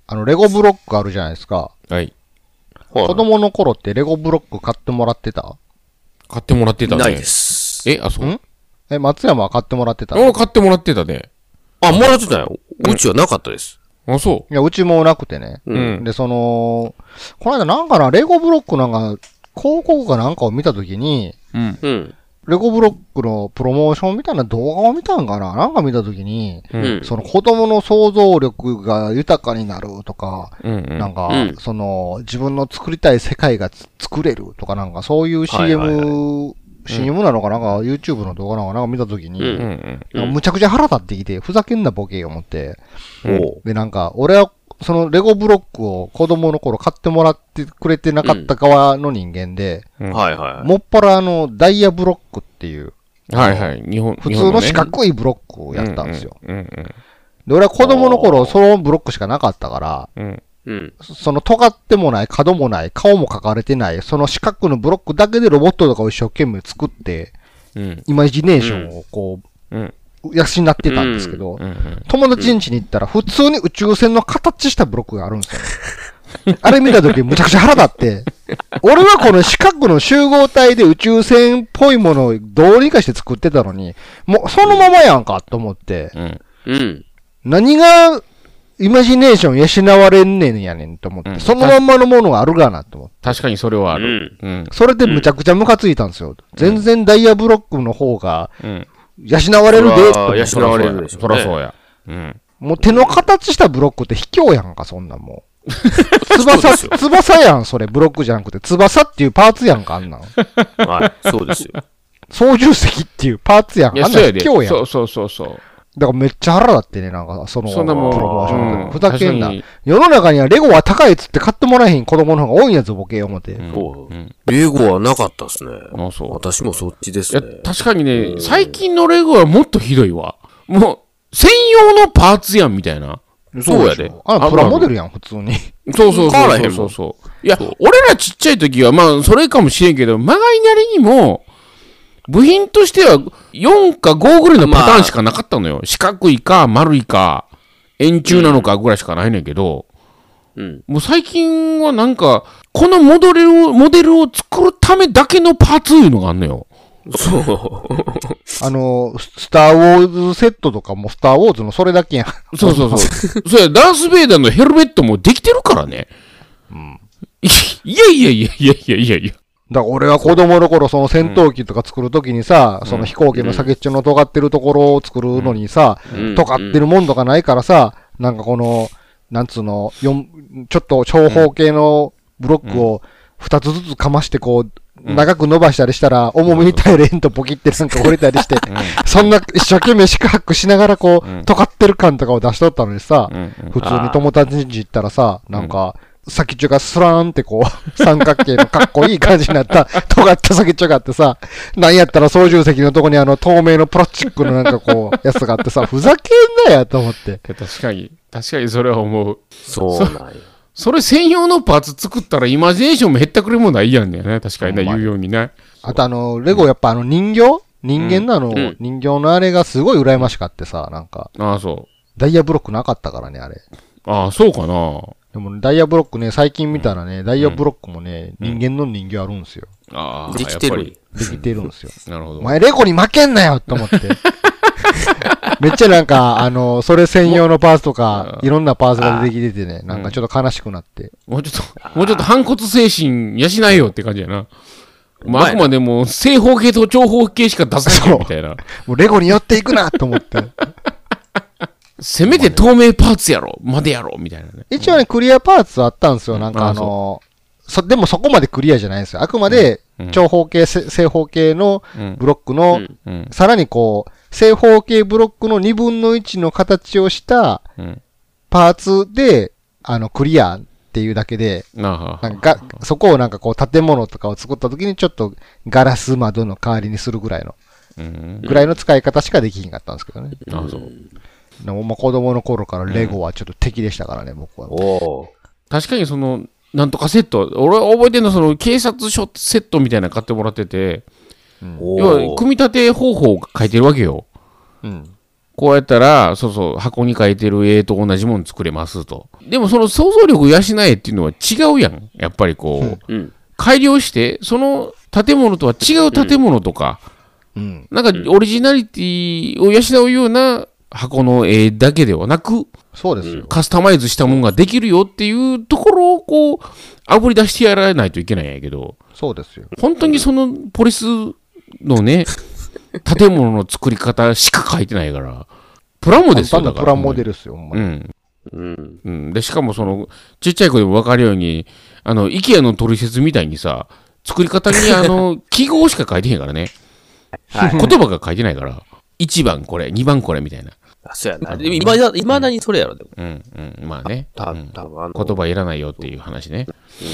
レゴブロックあるじゃないですか。 はい。 子供の頃ってレゴブロック買ってもらってた？ 買ってもらってたね。 ないです。 そう。 松山は買ってもらってた？ 俺買ってもらってたね。 あ、もらってたよ。うちはなかったです。 あ、そう。 いや、うちもなくてね。で、この間なんかな、レゴブロックなんか、広告かなんかを見たときに、レゴブロックのプロモーションみたいな動画を見たんかな、なんか見たときに、その子供の想像力が豊かになるとか、なんか、自分の作りたい世界が作れるとかなんか、そういう CM なのかなんか YouTube の動画なのかなんか見たときに、むちゃくちゃ腹立ってきて、ふざけんなボケよ思って。で、なんか、俺はそのレゴブロックを子供の頃買ってもらってくれてなかった側の人間で、もっぱらダイヤブロックっていう、普通の四角いブロックをやったんですよ。で、俺は子供の頃そのブロックしかなかったから、その尖ってもない、角もない、顔も描かれてない、その四角のブロックだけでロボットとかを一生懸命作って、イマジネーションをこう、養ってたんですけど、友達ん家に行ったら普通に宇宙船の形したブロックがあるんですよね。あれ見たときむちゃくちゃ腹立って、俺はこの四角の集合体で宇宙船っぽいものをどうにかして作ってたのに、もうそのままやんかと思って、何がイマジネーション養われんねんやねんと思って、そのまんまのものがあるがなと思って。 確かにそれはある。 それでむちゃくちゃムカついたんですよ。全然ダイヤブロックの方が、養われるで養われるでしょ。 そらそうや。 もう手の形したブロックって卑怯やんか、そんなんもう。翼やん、それ、ブロックじゃなくて、翼っていうパーツやんか、あんなん。 はい、そうですよ。 操縦席っていうパーツやん。あんなん卑怯やん。 そう。 だからめっちゃ腹立ってね、なんか、その、プロモーション。ふざけんな。 確かに世の中にはレゴは高いっつって買ってもらえへん子供の方が多いんやつ、ボケよ、思って。 レゴはなかったっすね。私もそっちですね。 確かにね、最近のレゴはもっとひどいわ。もう、専用のパーツやん、みたいな。そうやで。 プラモデルやん、普通に。 そう。いや、俺らちっちゃい時は、まあ、それかもしれんけど、まがいなりにも、部品としては4か5ぐらいのパターンしかなかったのよ。四角いか、丸いか、円柱なのかぐらいしかないねんけど、もう最近はなんか、このモデルを作るためだけのパーツいうのがあんのよ。 そう。 スターウォーズセットとかもスターウォーズのそれだけやん。 そう。それダース・ベイダーのヘルメットもできてるからね。いや。 だから俺は子供の頃その戦闘機とか作るときにさ、その飛行機の先っちょの尖ってるところを作るのにさ、尖ってるもんとかないからさ、なんかこの、なんつうの、ちょっと長方形のブロックを2つずつかましてこう、長く伸ばしたりしたら、重みに耐えれんとポキってなんか折れたりして、そんな一生懸命四角くしながらこう、尖ってる感とかを出しとったのにさ、普通に友達ん家行ったらさ、なんか、先っちょがスラーンってこう、三角形のかっこいい感じになった、尖った先っちょがあってさ、なんやったら操縦席のとこに透明のプラスチックのなんかこう、やつがあってさ、ふざけんなやと思って。 確かにそれは思う。 そうなんよ。 それ専用のパーツ作ったらイマジネーションも減ったくれもないやんね。確かにね、言うようにね。 あとレゴやっぱ人間人形のあれがすごい羨ましかってさ、なんか。 そう。 ダイヤブロックなかったからね、あれ。 そうかな。 でも、ダイヤブロックね、最近見たらね、ダイヤブロックもね、人間の人形あるんですよ。 できてる。 できてるんですよ。 なるほど。 お前レゴに負けんなよと思って。めっちゃなんか、それ専用のパーツとか、いろんなパーツが出てきててね、なんかちょっと悲しくなって。 もうちょっと反骨精神養えよって感じやな。あくまでも正方形と長方形しか出さないみたいな。 もうレゴに寄っていくなと思って。 せめて透明パーツやろまでやろみたいなね。 一応ね、クリアパーツあったんですよ。なんかでもそこまでクリアじゃないんですよ。あくまで、長方形、正方形のブロックの、さらにこう、正方形ブロックの2分の1の形をしたパーツで、クリアっていうだけで、なんかそこをなんかこう建物とかを作った時にちょっとガラス窓の代わりにするぐらいの使い方しかできひんかったんですけどね。でも子供の頃からレゴはちょっと敵でしたからね、僕は。 確かになんとかセット、俺は覚えてるの警察署セットみたいなの買ってもらってて、要は組み立て方法が書いてるわけよ。 こうやったら、そうそう、箱に書いてる絵と同じもの作れますと。でもその想像力を養えっていうのは違うやん。やっぱりこう、改良して、その建物とは違う建物とか、なんかオリジナリティを養うような箱の絵だけではなく、 そうですよ。 カスタマイズしたものができるよっていうところをこう、あぶり出してやらないといけないんやけど、 そうですよ。 本当にそのポリスのね、建物の作り方しか書いてないから、プラモですよ、だから。 プラモデルですよ、ほんまに。で、しかもその、ちっちゃい子でも分かるように、IKEA の取説みたいにさ、作り方に記号しか書いてへんからね。言葉が書いてないから、1番これ、2番これみたいな。 そうやな。でもいまだにそれやろ、でも。 まあね。言葉いらないよっていう話ね。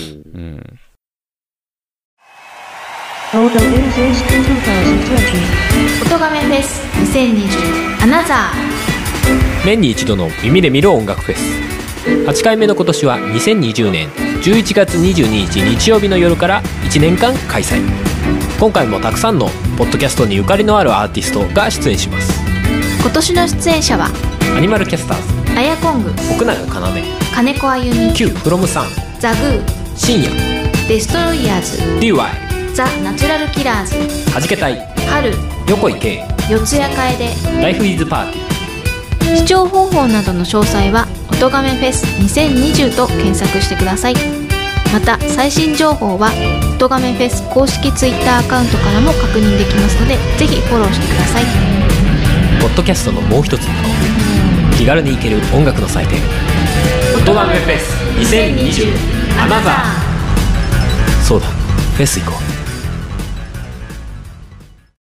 音亀フェス2020アナザー。年に一度の耳で見る音楽フェス。8回目の今年は2020年11月22日日曜日の夜から1年間開催。今回もたくさんのポッドキャストにゆかりのあるアーティストが出演します。 今年の出演者はアニマルキャスターズ、アヤコング、 奥永要、 金子あゆみ、 Q フロムさん、 ザグー、 深夜、 デストロイヤーズ、 DY、 ザ・ナチュラルキラーズ、 はじけたい、 春、 横井圭、 四谷楓、 ライフイズパーティー。視聴方法などの詳細は音亀フェス2020と検索してください。また最新情報は音亀フェス公式ツイッターアカウントからも確認できますので、ぜひフォローしてください。 ポッドキャストのもう一つの顔、気軽に行ける音楽の祭典、音亀フェス2020アナザー。そうだ、フェス行こう。